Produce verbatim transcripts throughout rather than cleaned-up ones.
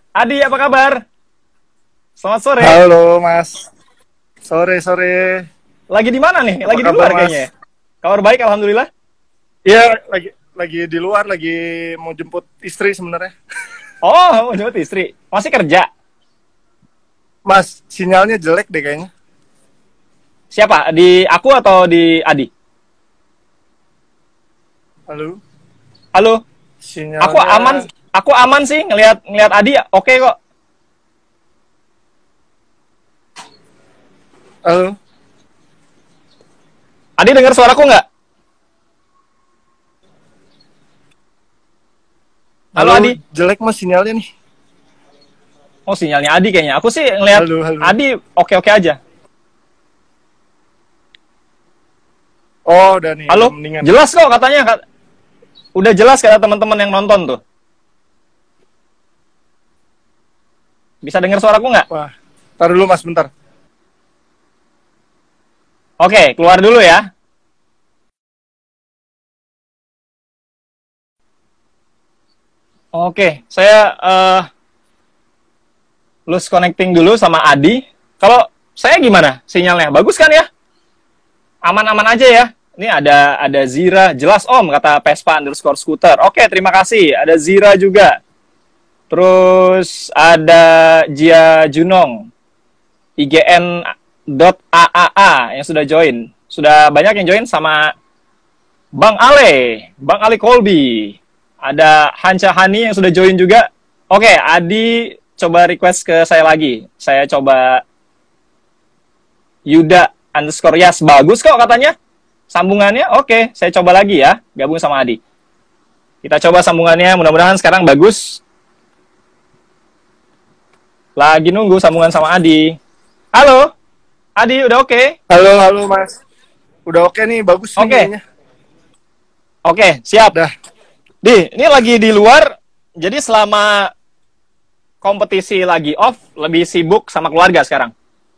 Adi, apa kabar? Selamat sore. Halo Mas, sore sore. Lagi di mana nih? Apa Lagi di kabar luar Mas? kayaknya. Kabar baik, alhamdulillah. Iya, lagi lagi di luar, lagi mau jemput istri sebenarnya. Oh, mau jemput istri. Masih kerja? Mas, sinyalnya jelek deh kayaknya. Siapa? Di aku atau di Adi? Halo, Halo. sinyalnya. Aku aman. Aku aman sih ngelihat ngelihat Adi. Oke kok. Halo, Adi dengar suaraku nggak? Halo, halo, Adi. jelek Mas sinyalnya nih. Oh, sinyalnya Adi kayaknya. Aku sih ngelihat Halo, halo. Adi oke-oke aja. Oh, udah nih, Halo. udah mendingan. Jelas kok katanya. Kat- Udah jelas kata teman-teman yang nonton tuh. Bisa dengar suaraku nggak? Wah, tar dulu Mas, bentar. Oke, keluar dulu ya. Oke, saya eh lose connecting dulu sama Adi. Kalau saya gimana sinyalnya? Bagus kan ya? Aman-aman aja ya. Ini ada ada Zira, jelas Om kata Vespa underscore scooter. Oke, terima kasih. Ada Zira juga. Terus ada Jia Junong, I G N dot A A A yang sudah join. Sudah banyak yang join sama Bang Ale, Bang Ali Kolbi. Ada Hanca Hani yang sudah join juga. Oke, Adi coba request ke saya lagi. Saya coba Yuda underscore Yas. Bagus kok katanya. Sambungannya oke. Saya coba lagi ya. Gabung sama Adi. Kita coba sambungannya. Mudah-mudahan sekarang bagus. Lagi nunggu sambungan sama Adi. Halo. Adi udah oke? Halo, halo Mas. Udah oke nih, bagus nih Oke. kayaknya. Oke, siap. Dah. Di, ini lagi di luar. Jadi selama kompetisi lagi off, lebih sibuk sama keluarga sekarang.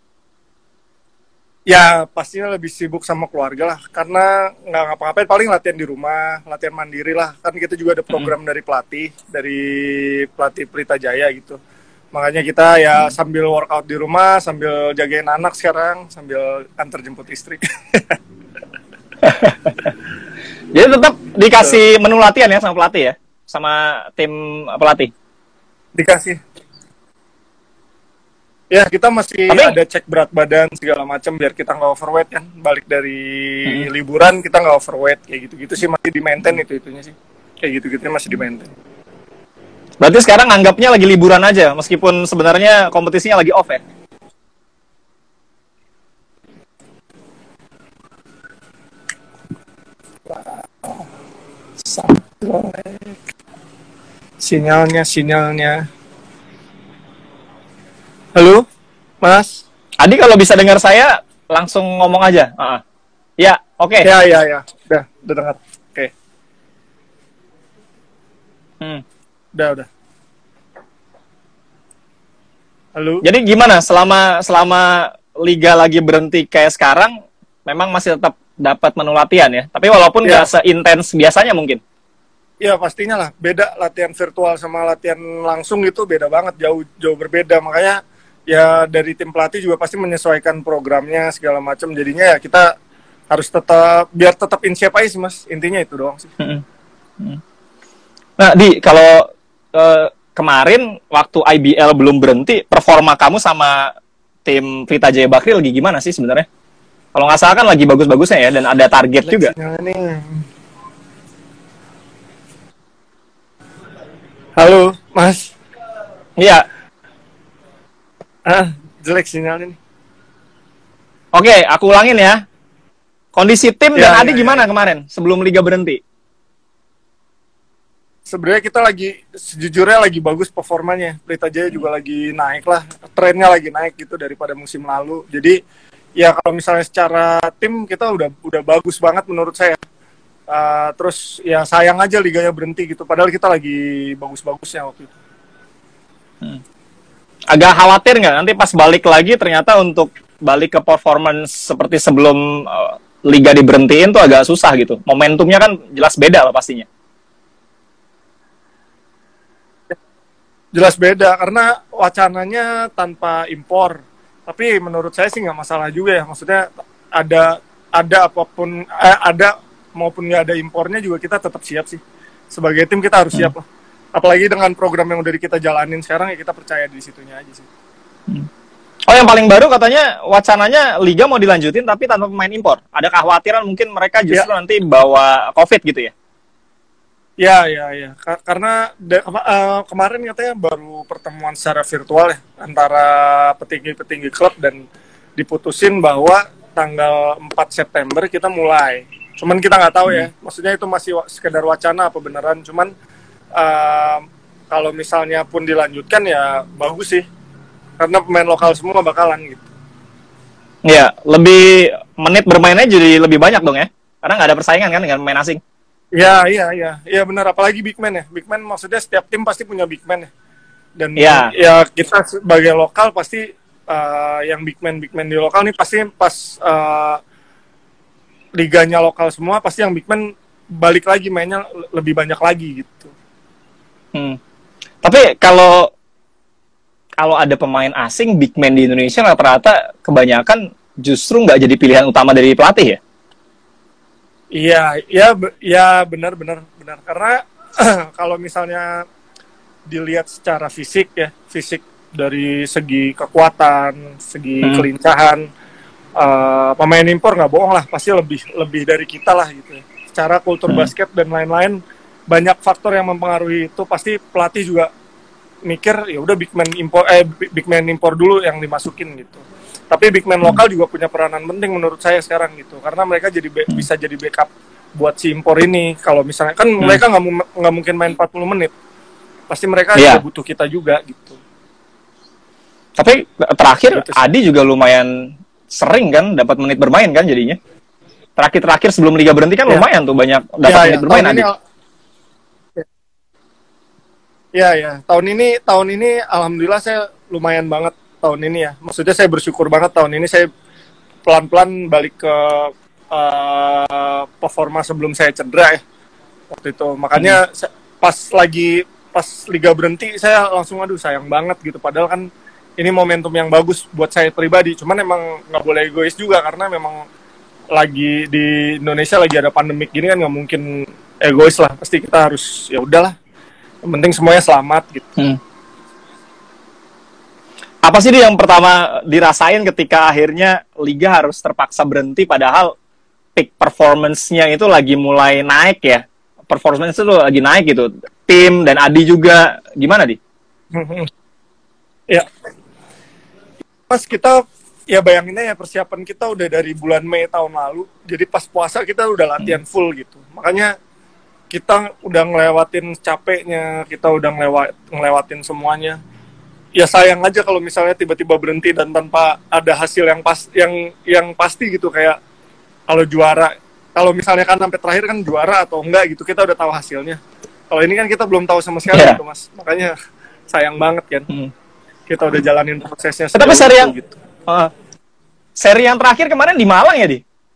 Ya, pastinya lebih sibuk sama keluarga lah. Karena nggak ngapa-ngapain, paling latihan di rumah, latihan mandiri lah. Kan kita juga ada program dari pelatih, dari pelatih Pelita Jaya gitu. Makanya kita ya hmm. sambil workout di rumah, sambil jagain anak sekarang, sambil antar jemput istri. Jadi tetap dikasih menu latihan ya sama pelatih ya? Sama tim pelatih? Dikasih. Ya, kita masih Tapi, ada cek berat badan segala macam biar kita nggak overweight kan. Balik dari hmm. liburan kita nggak overweight kayak gitu-gitu sih, masih di maintain itu itunya sih. Kayak gitu-gitu masih di maintain. Berarti sekarang anggapnya lagi liburan aja meskipun sebenarnya kompetisinya lagi off ya? Sinyalnya, sinyalnya. Halo, Mas. Adi kalau bisa dengar saya, langsung ngomong aja. Uh-uh. Ya, oke. Okay. Ya, ya, ya. Udah, udah dengar. Oke. Okay. Hmm. Udah, udah. Halo. Jadi gimana selama selama liga lagi berhenti kayak sekarang, memang masih tetap dapat menu latihan ya? Tapi walaupun nggak ya. seintens biasanya mungkin. Iya pastinya lah, beda latihan virtual sama latihan langsung itu beda banget, jauh jauh berbeda. Makanya ya dari tim pelatih juga pasti menyesuaikan programnya segala macam. Jadinya ya kita harus tetap biar tetap in shape aja sih Mas. Intinya itu doang sih. Nah, Di, kalau eh, kemarin waktu I B L belum berhenti, performa kamu sama tim Pelita Jaya Bakri lagi gimana sih sebenarnya? Kalau nggak salah kan lagi bagus-bagusnya ya dan ada target jelek juga. Nih. Halo, Mas. Iya. Ah, jelek sinyalnya nih. Oke, aku ulangin ya. Kondisi tim ya, dan Adi ya, gimana ya. kemarin sebelum liga berhenti? Sebenarnya kita lagi, sejujurnya lagi bagus performanya. Pelita Jaya juga lagi naik lah. Trennya lagi naik gitu daripada musim lalu. Jadi, ya kalau misalnya secara tim kita udah udah bagus banget menurut saya. Uh, terus ya sayang aja liganya berhenti gitu. Padahal kita lagi bagus-bagusnya waktu itu. Hmm. Agak khawatir nggak nanti pas balik lagi ternyata untuk balik ke performance seperti sebelum uh, liga diberhentiin tuh agak susah gitu. Momentumnya kan jelas beda lah pastinya. Jelas beda karena wacananya tanpa impor. Tapi menurut saya sih nggak masalah juga ya. Maksudnya ada ada apapun eh, ada maupun nggak ada impornya juga kita tetap siap sih. Sebagai tim kita harus siap lah. Apalagi dengan program yang udah kita jalanin sekarang ya kita percaya di situnya aja sih. Oh, yang paling baru katanya wacananya liga mau dilanjutin tapi tanpa pemain impor. Ada kekhawatiran mungkin mereka justru ya. Nanti bawa COVID gitu ya? Ya, ya, ya. Karena de- uh, kemarin katanya baru pertemuan secara virtual ya antara petinggi-petinggi klub dan diputusin bahwa tanggal empat September kita mulai. Cuman kita nggak tahu ya. Maksudnya itu masih sekedar wacana apa beneran. Cuman uh, kalau misalnya pun dilanjutkan ya bagus sih. Karena pemain lokal semua bakalan gitu. Iya, lebih menit bermainnya jadi lebih banyak dong ya? Karena nggak ada persaingan kan dengan pemain asing. Iya, iya, iya. Iya benar, apalagi big man ya. Big man maksudnya setiap tim pasti punya big man ya. Dan ya, ya kita sebagai lokal pasti uh, yang big man big man di lokal nih pasti pas uh, liganya lokal semua pasti yang big man balik lagi mainnya lebih banyak lagi gitu. Hmm. Tapi kalau kalau ada pemain asing big man di Indonesia rata-rata kebanyakan justru nggak jadi pilihan utama dari pelatih ya? Iya, ya, ya benar, benar, benar. Karena kalau misalnya dilihat secara fisik ya, fisik dari segi kekuatan, segi hmm. kelincahan, uh, pemain impor nggak bohong lah, pasti lebih lebih dari kita lah gitu. Ya. Secara kultur hmm. basket dan lain-lain, banyak faktor yang mempengaruhi itu. Pasti pelatih juga mikir ya udah big man impor, eh big man impor dulu yang dimasukin gitu. Tapi big man lokal juga punya peranan penting menurut saya sekarang gitu, karena mereka jadi be- bisa jadi backup buat si impor ini. Kalau misalnya kan hmm. mereka nggak nggak mungkin main empat puluh menit, pasti mereka yeah. juga butuh kita juga gitu. Tapi terakhir gitu Adi juga lumayan sering kan dapat menit bermain kan jadinya. Terakhir-terakhir sebelum liga berhenti kan yeah. lumayan tuh banyak dapat yeah, menit yeah. bermain Adi. Ya ya tahun ini tahun ini alhamdulillah saya lumayan banget. Tahun ini ya, maksudnya saya bersyukur banget tahun ini saya pelan-pelan balik ke uh, performa sebelum saya cedera ya waktu itu. Makanya hmm. pas lagi pas liga berhenti saya langsung aduh sayang banget gitu. Padahal kan ini momentum yang bagus buat saya pribadi. Cuman emang nggak boleh egois juga karena memang lagi di Indonesia lagi ada pandemik gini kan nggak mungkin egois lah. Pasti kita harus ya udahlah. Yang penting semuanya selamat gitu. Hmm. Apa sih yang pertama dirasain ketika akhirnya liga harus terpaksa berhenti padahal peak performance-nya itu lagi mulai naik ya? Performance itu lagi naik gitu. Tim dan Adi juga gimana, Di? Ya. Pas kita ya bayanginnya ya persiapan kita udah dari bulan Mei tahun lalu. Jadi pas puasa kita udah latihan full gitu. Makanya kita udah ngelewatin capeknya, kita udah ngelewat, ngelewatin semuanya. Ya sayang aja kalau misalnya tiba-tiba berhenti dan tanpa ada hasil yang pas yang yang pasti gitu, kayak kalau juara, kalau misalnya kan sampai terakhir kan juara atau enggak gitu kita udah tahu hasilnya. Kalau ini kan kita belum tahu sama sekali yeah. gitu Mas, makanya sayang banget kan. Hmm. Kita udah jalanin prosesnya. Tapi seri yang gitu. uh, seri yang terakhir kemarin di Malang ya, Di?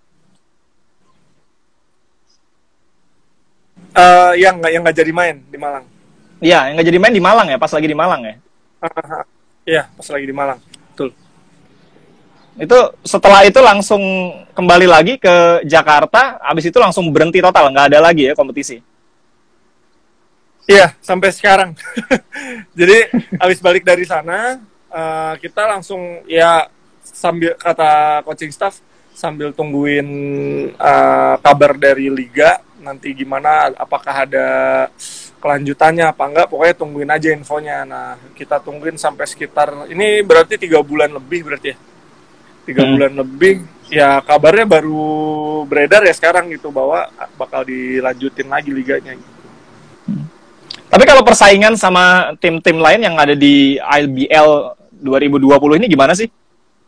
Uh, yang nggak yang nggak jadi main di Malang. Iya, yang nggak jadi main di Malang ya, pas lagi di Malang ya. Iya, pas lagi di Malang. Betul. Itu setelah itu langsung kembali lagi ke Jakarta, habis itu langsung berhenti total, nggak ada lagi ya kompetisi? Iya, sampai sekarang. Jadi, habis balik dari sana, uh, kita langsung ya sambil kata coaching staff, sambil tungguin uh, kabar dari liga, nanti gimana, apakah ada kelanjutannya apa enggak, pokoknya tungguin aja infonya. Nah, kita tungguin sampai sekitar, ini berarti tiga bulan lebih berarti ya? Tiga hmm. bulan lebih, ya kabarnya baru beredar ya sekarang gitu, bahwa bakal dilanjutin lagi liganya gitu. Hmm. Tapi kalau persaingan sama tim-tim lain yang ada di I B L dua ribu dua puluh ini gimana sih?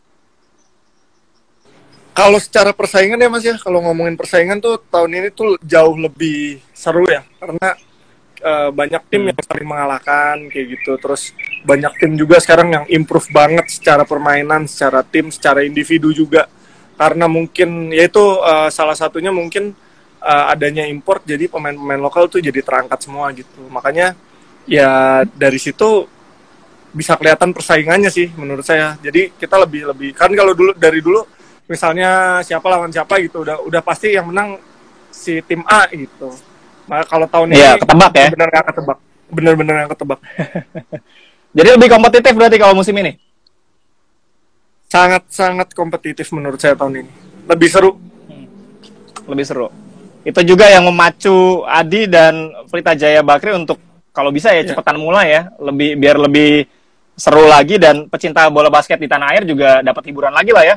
Kalau secara persaingan ya Mas ya, kalau ngomongin persaingan tuh tahun ini tuh jauh lebih seru ya, karena Uh, banyak tim yang saling mengalahkan kayak gitu. Terus banyak tim juga sekarang yang improve banget secara permainan, secara tim, secara individu juga. Karena mungkin yaitu uh, salah satunya mungkin uh, adanya import, jadi pemain-pemain lokal tuh jadi terangkat semua gitu. Makanya ya dari situ bisa kelihatan persaingannya sih menurut saya. Jadi kita lebih lebih kan kalau dulu dari dulu misalnya siapa lawan siapa gitu udah udah pasti yang menang si tim A gitu. Nah, kalau tahun Iya, ini ketebak ya. benar nggak ketebak, benar-benar nggak ketebak. Jadi lebih kompetitif berarti kalau musim ini. Sangat-sangat kompetitif menurut saya tahun ini. Lebih seru. Lebih seru. Itu juga yang memacu Adi dan Pelita Jaya Bakri untuk kalau bisa ya, ya cepetan mulai ya, lebih biar lebih seru lagi dan pecinta bola basket di tanah air juga dapat hiburan lagi lah ya.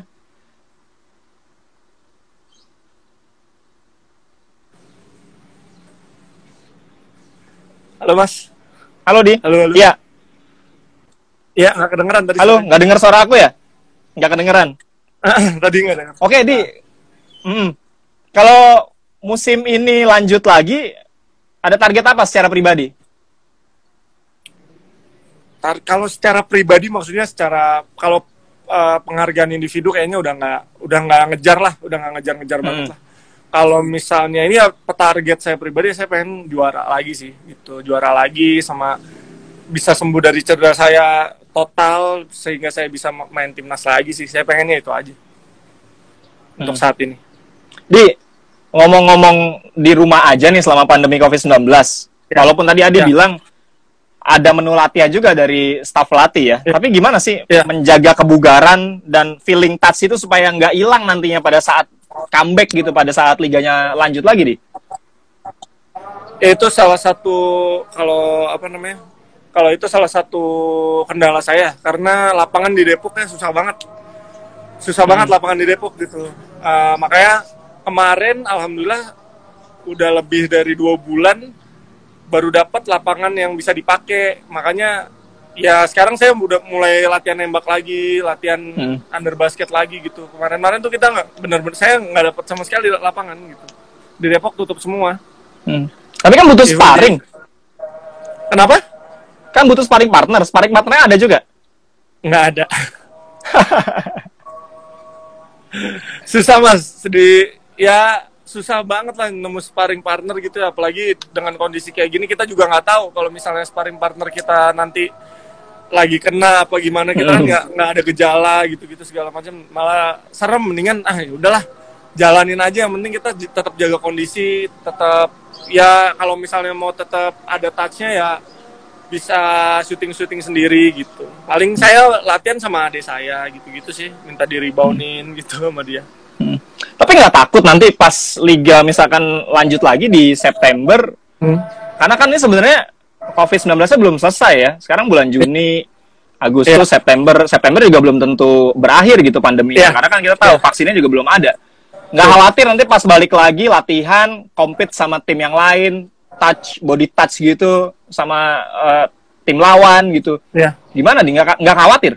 Halo Mas. Halo Di. Halo, halo. Iya. Iya, nggak kedengeran tadi. Halo, nggak dengar suara aku ya? Nggak kedengeran. Tadi nggak dengar. Oke, Di. Mm. Kalau musim ini lanjut lagi, ada target apa secara pribadi? Tar- kalau secara pribadi maksudnya secara kalau uh, penghargaan individu kayaknya udah nggak udah nggak ngejar lah, udah nggak ngejar-ngejar hmm. banget lah. Kalau misalnya ini ya target saya pribadi, saya pengen juara lagi sih, gitu, juara lagi sama bisa sembuh dari cedera saya total sehingga saya bisa main timnas lagi sih. Saya pengennya itu aja untuk hmm. saat ini. Di ngomong-ngomong di rumah aja nih selama pandemi covid sembilan belas. Ya. Walaupun tadi Adi ya. bilang ada menu latihan juga dari staf pelatih ya. ya. Tapi gimana sih ya. menjaga kebugaran dan feeling touch itu supaya nggak hilang nantinya pada saat comeback gitu, pada saat liganya lanjut lagi, Di? Itu salah satu kalau apa namanya? Kalau itu salah satu kendala saya karena lapangan di Depoknya susah banget. Susah hmm. banget lapangan di Depok gitu. Uh, makanya kemarin alhamdulillah udah lebih dari dua bulan baru dapat lapangan yang bisa dipakai. Makanya ya sekarang saya udah mulai latihan nembak lagi, latihan hmm. under basket lagi gitu. Kemarin-kemarin tuh kita nggak benar-benar, saya nggak dapat sama sekali lapangan gitu. Di Depok tutup semua. Hmm. Tapi kan butuh sparring. Kenapa? Kan butuh sparring partner. Sparring partnernya ada juga? Nggak ada. Susah Mas. Sedih. Ya susah banget lah nemu sparring partner gitu ya. Apalagi dengan kondisi kayak gini kita juga nggak tahu kalau misalnya sparring partner kita nanti lagi kena apa gimana, kita kan nggak nggak ada gejala gitu-gitu segala macam, malah serem. Mendingan ah ya udahlah jalanin aja, yang penting kita j- tetap jaga kondisi, tetap ya kalau misalnya mau tetap ada touch-nya ya bisa syuting-syuting sendiri gitu. Paling saya latihan sama adik saya gitu-gitu sih, minta di reboundin gitu sama dia. Hmm. Tapi nggak takut nanti pas liga misalkan lanjut lagi di September, hmm. karena kan ini sebenarnya covid sembilan belas-nya belum selesai ya. Sekarang bulan Juni, Agustus, yeah. September. September juga belum tentu berakhir gitu pandeminya. Yeah. Karena kan kita tahu yeah. vaksinnya juga belum ada. Nggak yeah. khawatir nanti pas balik lagi latihan, compete sama tim yang lain, touch, body touch gitu, sama uh, tim lawan gitu. Yeah. Gimana nih? Nggak, nggak khawatir?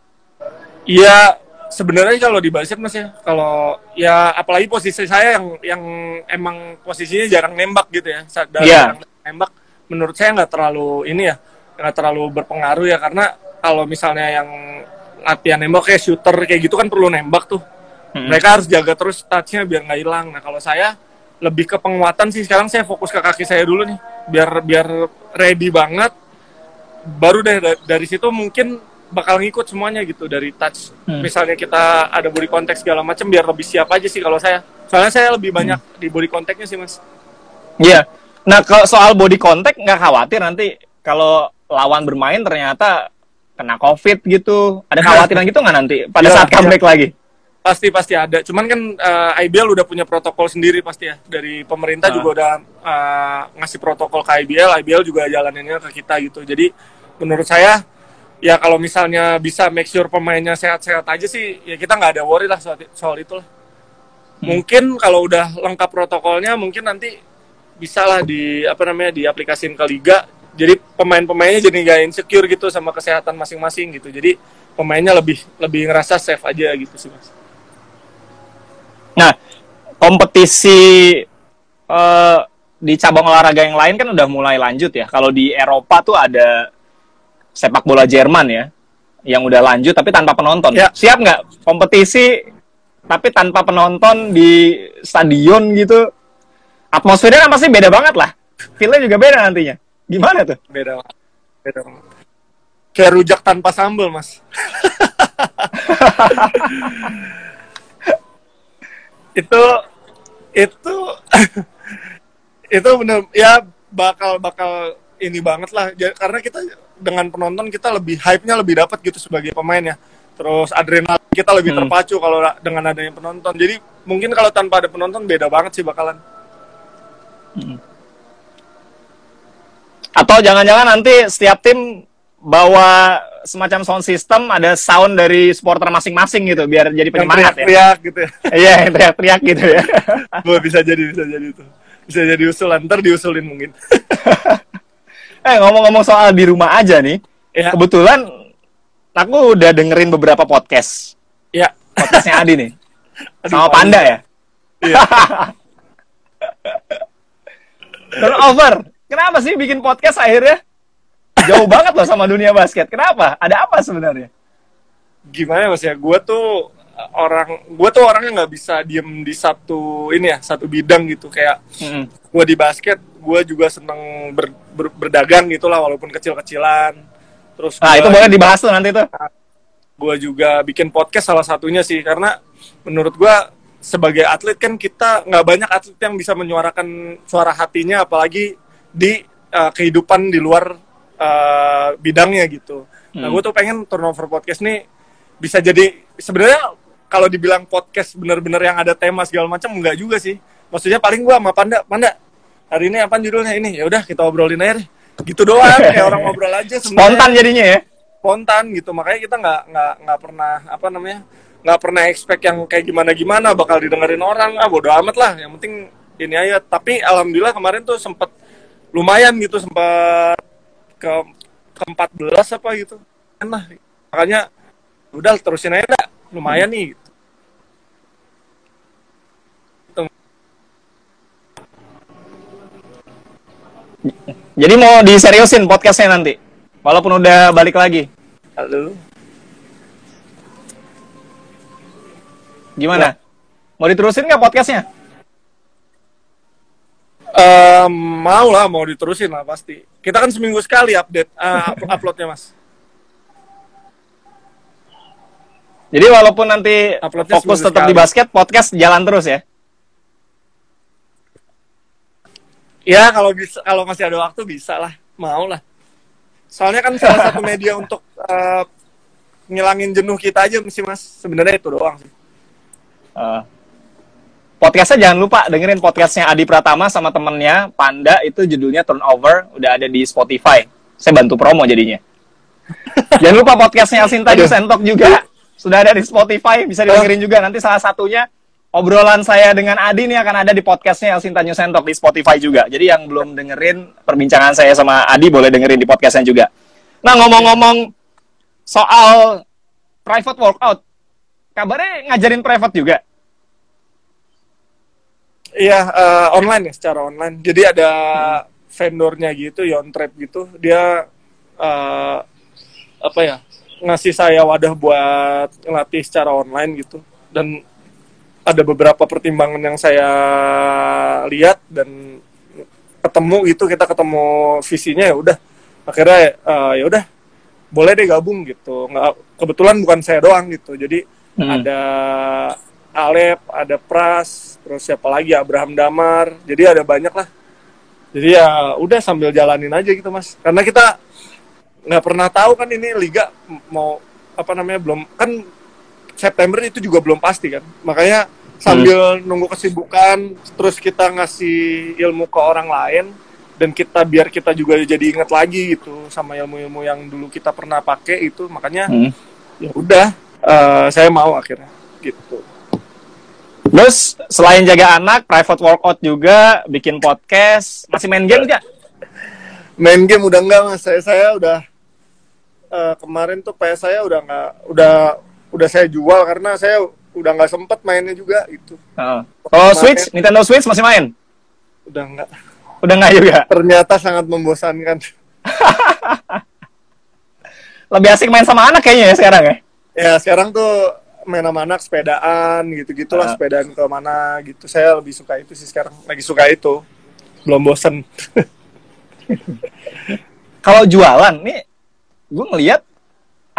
Iya, yeah, sebenarnya kalau di basket Mas ya, kalau ya apalagi posisi saya yang yang emang posisinya jarang nembak gitu ya. Dalam yeah. jarang nembak. Menurut saya nggak terlalu ini ya, nggak terlalu berpengaruh ya, karena kalau misalnya yang latihan nembak kayak shooter kayak gitu kan perlu nembak tuh, hmm. mereka harus jaga terus touch-nya biar nggak hilang. Nah kalau saya lebih ke penguatan sih, sekarang saya fokus ke kaki saya dulu nih, biar biar ready banget, baru deh dari situ mungkin bakal ngikut semuanya gitu dari touch. Hmm. Misalnya kita ada body contact segala macam, biar lebih siap aja sih kalau saya. Soalnya saya lebih banyak hmm. di body contact-nya sih Mas. Iya. Yeah. Nah, kalau soal body contact, nggak khawatir nanti kalau lawan bermain ternyata kena COVID gitu? Ada khawatiran gitu nggak nanti pada ya, saat comeback ya. lagi? Pasti, pasti ada. Cuman kan uh, I B L udah punya protokol sendiri pasti ya. Dari pemerintah uh. juga udah uh, ngasih protokol ke I B L, I B L juga jalaninnya ke kita gitu. Jadi, menurut saya, ya kalau misalnya bisa make sure pemainnya sehat-sehat aja sih, ya kita nggak ada worry lah soal, soal itu lah. Hmm. Mungkin kalau udah lengkap protokolnya, mungkin nanti bisa lah di apa namanya diaplikasiin ke liga, jadi pemain-pemainnya jadi nggak insecure gitu sama kesehatan masing-masing gitu, jadi pemainnya lebih lebih ngerasa safe aja gitu sih Mas. Nah, kompetisi uh, di cabang olahraga yang lain kan udah mulai lanjut ya. Kalau di Eropa tuh ada sepak bola Jerman ya yang udah lanjut tapi tanpa penonton. Ya. Siap nggak kompetisi tapi tanpa penonton di stadion gitu? Atmosfernya kan pasti beda banget lah. Feel-nya juga beda nantinya. Gimana tuh? Beda. Beda banget. kayak rujak tanpa sambal, Mas. itu itu itu bener ya, bakal bakal ini banget lah ya, karena kita dengan penonton kita lebih hype-nya lebih dapat gitu sebagai pemain ya. Terus adrenalin kita lebih Hmm. terpacu kalau dengan adanya penonton. Jadi mungkin kalau tanpa ada penonton beda banget sih bakalan. Atau jangan-jangan nanti setiap tim bawa semacam sound system, ada sound dari supporter masing-masing gitu, biar jadi Yang penyemangat ya. teriak-teriak gitu ya. Iya, yang teriak-teriak gitu ya. Gue bisa jadi bisa jadi itu. Bisa jadi usulan, ntar diusulin mungkin. Eh, ngomong-ngomong soal di rumah aja nih, Ya, kebetulan aku udah dengerin beberapa podcast. ya. Podcastnya Adi nih. Aduh, Sama Pak. Panda ya? Iya. Turnover. Kenapa sih bikin podcast akhirnya? Jauh banget loh sama dunia basket. Kenapa? Ada apa sebenarnya? Gimana Mas ya? Gue tuh orang, gue tuh orangnya nggak bisa diem di satu ini ya, satu bidang gitu. Kayak Mm-mm. gue di basket, gue juga seneng ber, ber- berdagang gitulah, walaupun kecil-kecilan. Terus Nah, gua itu boleh dibahas tuh nanti tuh. gue juga bikin podcast salah satunya sih, karena menurut gue sebagai atlet kan kita nggak banyak atlet yang bisa menyuarakan suara hatinya, apalagi di uh, kehidupan di luar uh, bidangnya gitu. Nah, Hmm. gue tuh pengen Turnover Podcast nih bisa jadi, sebenarnya kalau dibilang podcast bener-bener yang ada tema segala macam, enggak juga sih. Maksudnya paling gue sama Panda, Panda hari ini apa judulnya ini? Ya udah kita obrolin aja deh. Gitu doang, kayak orang ngobrol aja sebenarnya. Spontan jadinya ya. Spontan gitu, makanya kita nggak nggak nggak pernah apa namanya nggak pernah expect yang kayak gimana gimana bakal didengerin orang. Ah, bodo amat lah, yang penting ini aja. Tapi alhamdulillah kemarin tuh sempet lumayan gitu, sempat ke ke empat belas apa gitu nah, makanya udah terusin aja dah. Lumayan nih gitu. Jadi mau diseriusin podcastnya nanti. Walaupun udah balik lagi. Halo. Gimana? Mau diterusin nggak podcastnya? Ehm, mau lah, mau diterusin lah pasti. Kita kan seminggu sekali update uh, uploadnya Mas. Jadi walaupun nanti Uploadnya fokus seminggu tetap di sekali. basket, podcast jalan terus ya? Ya kalau bisa, kalau masih ada waktu bisa lah, mau lah. Soalnya kan salah satu media untuk uh, ngilangin jenuh kita aja sih Mas. Sebenarnya itu doang sih. Uh, podcastnya jangan lupa dengerin podcastnya Adi Pratama sama temennya Panda, itu judulnya Turnover, udah ada di Spotify. Saya bantu promo jadinya. Jangan lupa podcastnya Elsinta News and Talk juga sudah ada di Spotify, bisa dengerin juga. Nanti salah satunya obrolan saya dengan Adi nih akan ada di podcastnya Elsinta News and Talk di Spotify juga. Jadi yang belum dengerin perbincangan saya sama Adi boleh dengerin di podcastnya juga. Nah, ngomong-ngomong soal private workout, kabarnya ngajarin private juga? Iya, uh, online ya, secara online. Jadi ada vendornya gitu, Yontrap gitu. Dia uh, apa ya, ngasih saya wadah buat ngelatih secara online gitu. Dan ada beberapa pertimbangan yang saya lihat dan ketemu gitu, kita ketemu visinya, ya udah. Akhirnya uh, ya udah, boleh deh gabung gitu. Nggak, kebetulan bukan saya doang gitu. Jadi Hmm. ada Alep, ada Pras, terus siapa lagi, Abraham Damar. Jadi ada banyak lah. Jadi ya udah sambil jalanin aja gitu Mas. Karena kita nggak pernah tahu kan ini liga mau apa namanya, belum kan September itu juga belum pasti kan. Makanya sambil hmm. nunggu kesibukan, terus kita ngasih ilmu ke orang lain, dan kita biar kita juga jadi ingat lagi gitu sama ilmu-ilmu yang dulu kita pernah pakai itu. Makanya hmm. ya udah, uh, saya mau akhirnya gitu. Terus selain jaga anak, private workout juga, bikin podcast, masih main game nggak? Main game udah enggak Mas. Saya saya udah uh, kemarin tuh P S saya udah nggak, udah udah saya jual karena saya udah nggak sempet mainnya juga itu. Uh. Kalau Switch, Nintendo Switch masih main? Udah nggak. Udah nggak juga? Ternyata sangat membosankan. Lebih asik main sama anak kayaknya ya sekarang ya? Ya sekarang tuh main sama anak, sepedaan gitu-gitulah, uh. sepedaan ke mana gitu. Saya lebih suka itu sih sekarang, lagi suka itu. Belum bosen. Kalau jualan nih, gue ngelihat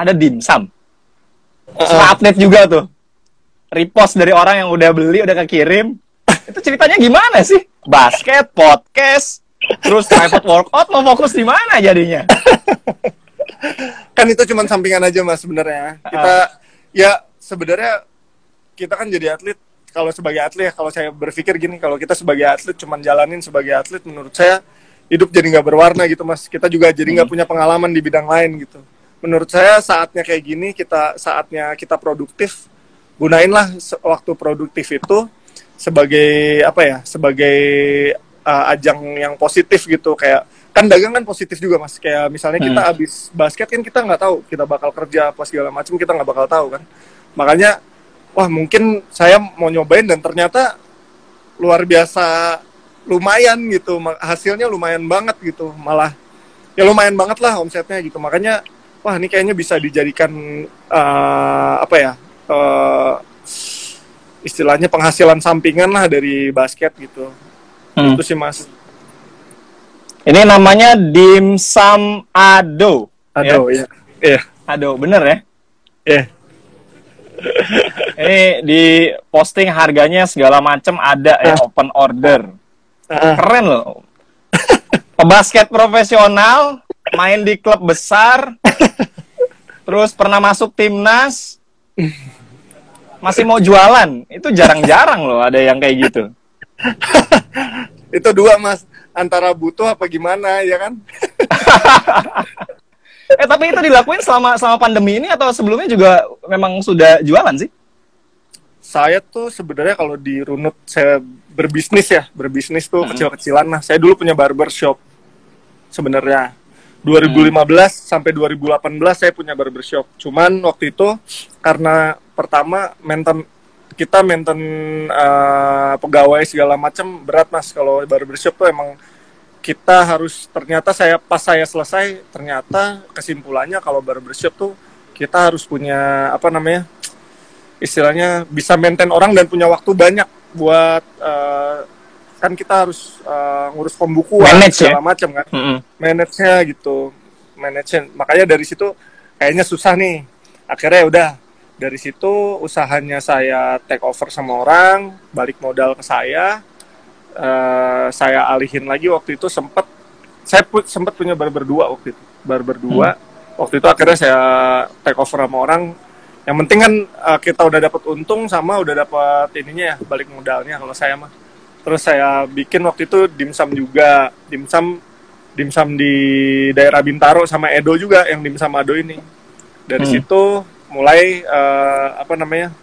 ada dimsum. Uh-uh. Suka update juga tuh. Repost dari orang yang udah beli, udah kekirim. Itu ceritanya gimana sih? Basket, podcast, terus private workout, mau fokus di mana jadinya? Kan itu cuma sampingan aja mas sebenarnya. Kita uh. ya sebenarnya kita kan jadi atlet. Kalau sebagai atlet ya, kalau saya berpikir gini, kalau kita sebagai atlet cuma jalanin sebagai atlet, menurut saya hidup jadi nggak berwarna gitu mas. Kita juga jadi nggak hmm. punya pengalaman di bidang lain gitu. Menurut saya saatnya kayak gini, kita saatnya kita produktif. Gunainlah waktu produktif itu sebagai apa ya, sebagai uh, ajang yang positif gitu. Kayak kan dagang kan positif juga mas. Kayak misalnya kita hmm. abis basket kan kita nggak tahu kita bakal kerja apa segala macam, kita nggak bakal tahu kan. Makanya wah mungkin saya mau nyobain dan ternyata luar biasa, lumayan gitu, hasilnya lumayan banget gitu, malah ya lumayan banget lah omsetnya gitu. Makanya wah ini kayaknya bisa dijadikan uh, apa ya, uh, istilahnya penghasilan sampingan lah dari basket gitu. Hmm. Itu sih mas. Ini namanya dimsum Ado. Ado ya. Iya. Yeah. Ado, bener ya? Iya. Yeah. Ini di posting harganya segala macam ada ya, uh. open order. Uh. Keren loh. Pebasket profesional, main di klub besar, terus pernah masuk timnas, masih mau jualan. Itu jarang-jarang loh ada yang kayak gitu. Itu dua mas, antara butuh apa gimana ya kan? Eh tapi itu dilakuin selama selama pandemi ini atau sebelumnya juga memang sudah jualan sih? Saya tuh sebenarnya kalau di runut saya berbisnis ya, berbisnis tuh hmm. kecil-kecilan lah. Saya dulu punya barber shop sebenarnya. dua ribu lima belas hmm. sampai dua ribu delapan belas saya punya barber shop. Cuman waktu itu karena pertama maintain kita maintain uh, pegawai segala macam berat mas. Kalau barber shop tuh emang kita harus, ternyata saya pas saya selesai ternyata kesimpulannya kalau barbershop tuh kita harus punya apa namanya, istilahnya bisa maintain orang dan punya waktu banyak buat uh, kan kita harus uh, ngurus pembukuan manage, segala ya? Macam kan, mm-hmm. manage-nya gitu, manage. Makanya dari situ kayaknya susah nih. Akhirnya udah dari situ usahanya saya take over sama orang, balik modal ke saya. Uh, saya alihin lagi. Waktu itu sempat saya pu- sempat punya barber dua waktu itu barber dua hmm. Waktu itu akhirnya saya take over sama orang. Yang penting kan uh, kita udah dapat untung sama udah dapat ininya ya, balik modalnya kalau saya mah. Terus saya bikin waktu itu dimsum juga, dimsum dimsum di daerah Bintaro sama Edo juga, yang dimsum Ado ini. Dari hmm. situ mulai uh, apa namanya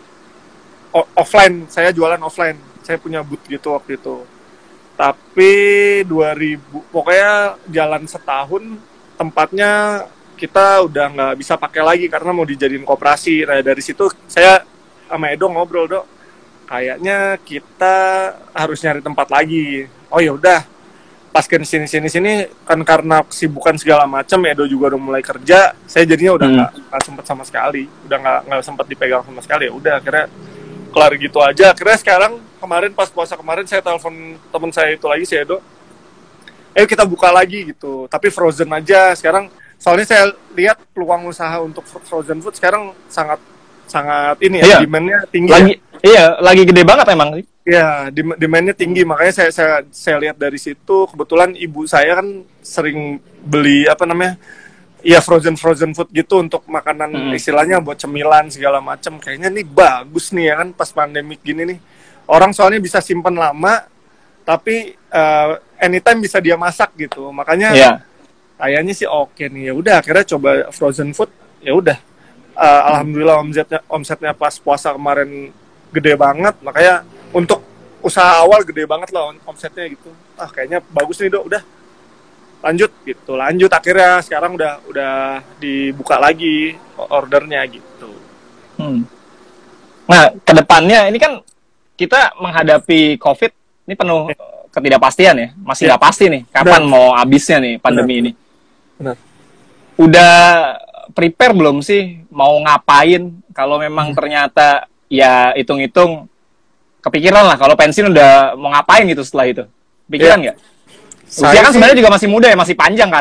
o- offline, saya jualan offline. Saya punya booth gitu waktu itu. Tapi dua ribu pokoknya jalan setahun, tempatnya kita udah nggak bisa pakai lagi karena mau dijadiin koperasi. Nah dari situ saya sama Edo ngobrol, Dok, kayaknya kita harus nyari tempat lagi. Oh ya udah, pas ke sini sini sini kan karena kesibukan segala macam, Edo juga udah mulai kerja, saya jadinya udah nggak hmm. nggak sempet sama sekali, udah nggak nggak sempet dipegang sama sekali. Ya udah akhirnya kelar gitu aja. Akhirnya sekarang kemarin pas puasa kemarin saya telepon teman saya itu lagi, si Edo, ayo kita buka lagi gitu, tapi frozen aja sekarang. Soalnya saya lihat peluang usaha untuk frozen food sekarang sangat sangat ini ya, iya. Demand-nya tinggi. Lagi, ya. Iya, lagi gede banget emang sih. Iya, demand-nya tinggi, makanya saya saya saya lihat dari situ. Kebetulan ibu saya kan sering beli apa namanya, ya frozen frozen food gitu untuk makanan, hmm. istilahnya buat cemilan segala macam. Kayaknya nih bagus nih ya kan pas pandemik gini nih. Orang soalnya bisa simpan lama, tapi uh, anytime bisa dia masak gitu. Makanya yeah. kayaknya sih oke nih. Ya udah akhirnya coba frozen food. Ya udah. Uh, hmm. Alhamdulillah omsetnya omsetnya pas puasa kemarin gede banget. Makanya untuk usaha awal gede banget lah omsetnya gitu. Ah kayaknya bagus nih, Dok. Udah. Lanjut gitu. Lanjut akhirnya sekarang udah udah dibuka lagi ordernya gitu. Hmm. Nah, kedepannya ini kan kita menghadapi COVID ini penuh ketidakpastian ya, masih nggak ya. Pasti nih kapan Benar. Mau habisnya nih pandemi Benar. Ini. Benar. Udah prepare belum sih mau ngapain kalau memang hmm. ternyata ya hitung-hitung kepikiran lah kalau pensiun udah mau ngapain gitu setelah itu, pikiran nggak? Ya. Usia kan sebenarnya juga masih muda ya, masih panjang karir ya. Lah.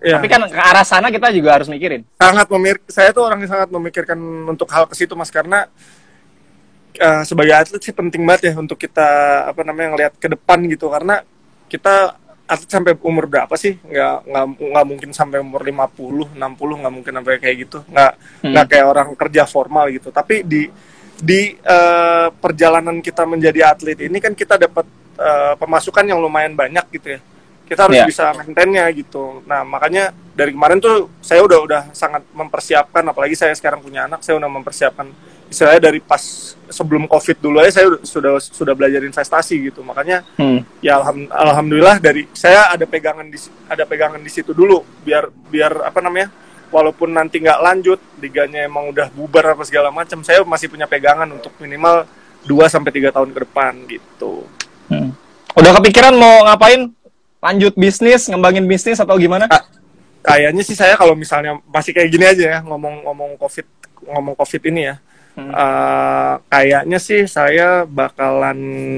Ya. Tapi kan ke arah sana kita juga harus mikirin. Sangat memir, saya tuh orang yang sangat memikirkan untuk hal ke situ Mas, karena uh, sebagai atlet sih penting banget ya untuk kita apa namanya ngelihat ke depan gitu, karena kita atlet sampai umur berapa sih? Nggak nggak nggak mungkin sampai umur lima puluh, enam puluh, nggak mungkin sampai kayak gitu. Nggak hmm. nggak kayak orang kerja formal gitu. Tapi di di uh, perjalanan kita menjadi atlet ini kan kita dapat uh, pemasukan yang lumayan banyak gitu ya. Kita harus yeah. bisa maintainnya gitu. Nah makanya dari kemarin tuh saya udah udah sangat mempersiapkan, apalagi saya sekarang punya anak, saya udah mempersiapkan. Istilahnya dari pas sebelum COVID dulu aja saya sudah sudah belajar investasi gitu. Makanya hmm. ya alham, alhamdulillah dari saya ada pegangan di ada pegangan di situ dulu, biar biar apa namanya, walaupun nanti nggak lanjut liganya emang udah bubar apa segala macam, saya masih punya pegangan untuk minimal dua sampai tiga tahun ke depan gitu. Hmm. Udah kepikiran mau ngapain? Lanjut bisnis, ngembangin bisnis atau gimana? Ah, kayaknya sih saya kalau misalnya masih kayak gini aja ya, ngomong-ngomong COVID, ngomong COVID ini ya, hmm. uh, kayaknya sih saya bakalan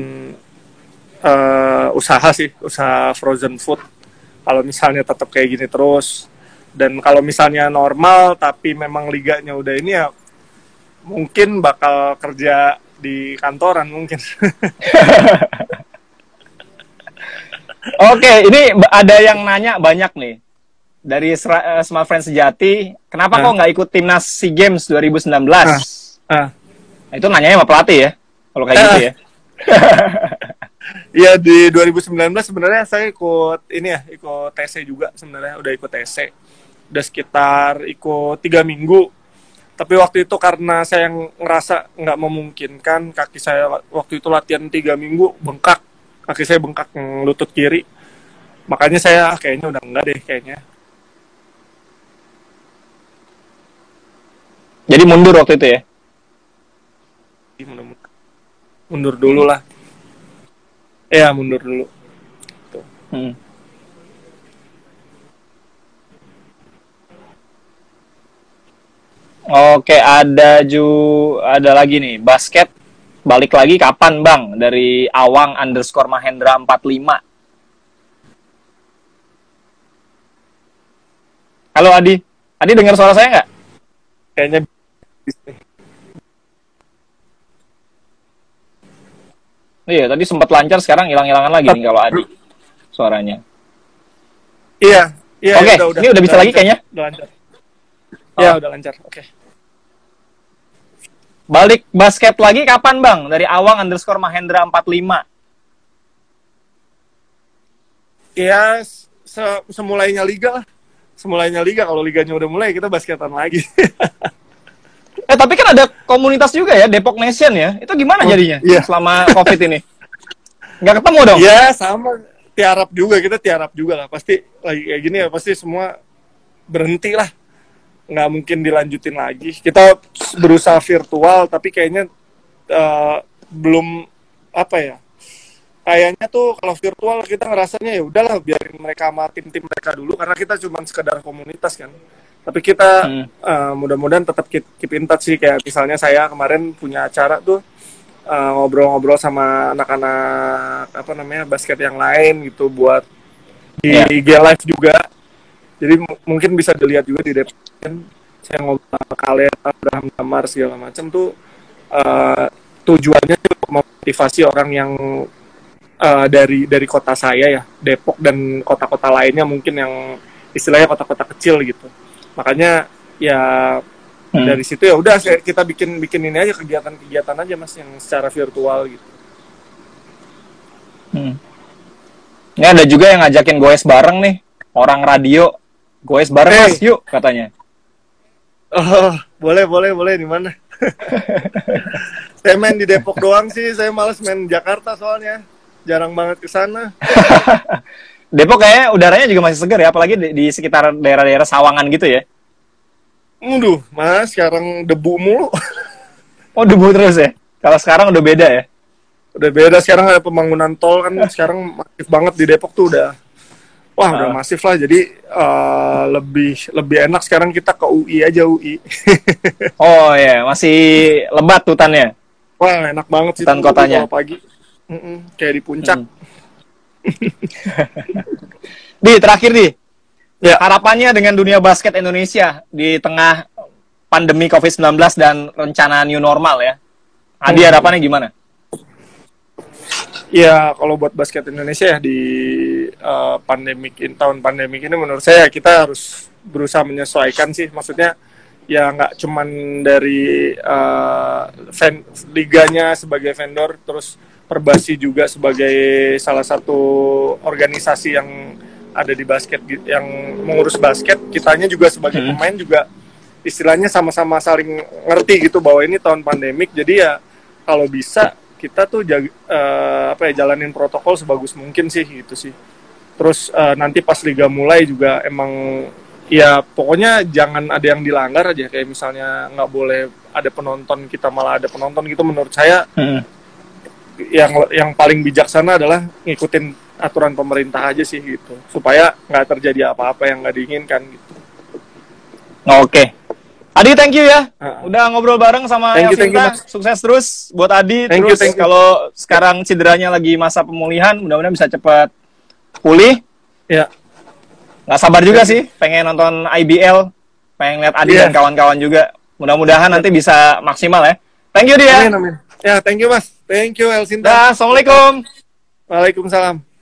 uh, usaha sih, usaha frozen food. Kalau misalnya tetap kayak gini terus, dan kalau misalnya normal tapi memang liganya udah ini ya, mungkin bakal kerja di kantoran mungkin. Oke, ini ada yang nanya banyak nih dari uh, Smart Friends Sejati. Kenapa uh. kok nggak ikut timnas SEA Games dua ribu sembilan belas? Uh. Uh. Nah, itu nanyanya sama pelatih ya, kalau kayak uh. gitu ya. Iya di dua ribu sembilan belas sebenarnya saya ikut ini ya, ikut T C juga sebenarnya, udah ikut T C, udah sekitar ikut tiga minggu. Tapi waktu itu karena saya ngerasa nggak memungkinkan, kaki saya waktu itu latihan tiga minggu bengkak. Kaki saya bengkak lutut kiri, makanya saya kayaknya udah enggak deh kayaknya. Jadi mundur waktu itu ya? Mundur, mundur dulu lah. Ya mundur dulu. Tuh. Hmm. Oke, ada ju, ada lagi nih basket. Balik lagi kapan Bang? Dari Awang underscore Mahendra empat lima. Halo Adi. Adi dengar suara saya nggak? Kayaknya. Iya, tadi sempat lancar, sekarang hilang-hilangan lagi nih kalau Adi suaranya. Iya, iya. Oke, udah, udah, ini udah, udah bisa udah lagi lancar, kayaknya? Udah lancar. Iya, oh. udah lancar. Oke. Okay. Balik basket lagi kapan Bang? Dari Awang underscore Mahendra empat lima. Ya, se- semulainya liga lah. Semulainya liga, kalau liganya udah mulai kita basketan lagi. eh tapi kan ada komunitas juga ya, Depok Nation ya. Itu gimana oh, jadinya iya. selama COVID ini? Nggak ketemu dong? Ya sama, tiarap juga, kita tiarap juga lah. Pasti lagi kayak gini ya, pasti semua berhenti lah. Nggak mungkin dilanjutin lagi. Kita berusaha virtual, tapi kayaknya uh, belum apa ya. Kayaknya tuh kalau virtual kita ngerasanya ya udahlah biarin mereka sama tim-tim mereka dulu, karena kita cuma sekedar komunitas kan. Tapi kita hmm. uh, mudah-mudahan tetap keep, keep in touch sih. Kayak misalnya saya kemarin punya acara tuh uh, ngobrol-ngobrol sama anak-anak apa namanya basket yang lain gitu buat di yeah. I G Live juga. Jadi m- mungkin bisa dilihat juga di Depok. Saya ngobrol sama kalian, Abraham Damar segala macam tuh uh, tujuannya untuk memotivasi orang yang uh, dari dari kota saya ya, Depok dan kota-kota lainnya mungkin yang istilahnya kota-kota kecil gitu. Makanya ya hmm. dari situ ya udah kita bikin bikin ini aja kegiatan-kegiatan aja Mas yang secara virtual gitu. Hmm. Ini ada juga yang ngajakin goes bareng nih, orang radio. Goes bareng hey. Mas, yuk katanya. Oh, boleh, boleh, boleh. Di mana? Saya main di Depok doang sih. Saya males main Jakarta soalnya. Jarang banget ke sana. Depok kayaknya udaranya juga masih segar ya, apalagi di, di sekitar daerah-daerah Sawangan gitu ya. Waduh, Mas, sekarang debu mulu. Oh, debu terus ya? Kalau sekarang udah beda ya? Udah beda, sekarang ada pembangunan tol kan. Sekarang masif banget di Depok tuh udah. Wah, uh. udah masif lah. Jadi uh, lebih lebih enak sekarang kita ke U I aja, U I. Oh iya, masih lebat hutannya. Wah, enak banget sih hutan kotanya. Kalau pagi. Mm-mm, kayak di puncak. Hmm. Di, terakhir di. Ya. Harapannya dengan dunia basket Indonesia di tengah pandemi covid sembilan belas dan rencana new normal ya. Adi, hmm. harapannya gimana? Ya, kalau buat basket Indonesia ya di uh, pandemik in, tahun pandemik ini menurut saya kita harus berusaha menyesuaikan sih. Maksudnya ya nggak cuman dari uh, fan, liganya sebagai vendor, terus Perbasi juga sebagai salah satu organisasi yang ada di basket, yang mengurus basket. Kitanya juga sebagai hmm. pemain juga istilahnya sama-sama saling ngerti gitu bahwa ini tahun pandemik. Jadi ya kalau bisa kita tuh jaga, uh, apa ya jalanin protokol sebagus mungkin sih gitu sih. Terus uh, nanti pas liga mulai juga emang ya pokoknya jangan ada yang dilanggar aja, kayak misalnya nggak boleh ada penonton, kita malah ada penonton gitu. Menurut saya hmm. yang yang paling bijaksana adalah ngikutin aturan pemerintah aja sih gitu, supaya nggak terjadi apa-apa yang nggak diinginkan gitu. Oke. Okay. Adi, thank you ya. Uh, Udah ngobrol bareng sama thank you, thank you, Sukses terus buat Adi. Thank terus you, kalau sekarang cederanya lagi masa pemulihan, mudah-mudahan bisa cepat pulih. Ya. Nggak sabar juga yeah. sih, pengen nonton I B L, pengen lihat Adi yeah. dan kawan-kawan juga. Mudah-mudahan yeah. nanti bisa maksimal ya. Thank you dia. Amin, amin. Ya, thank you Mas. Thank you Elsinta. Dah, assalamualaikum. Waalaikumsalam.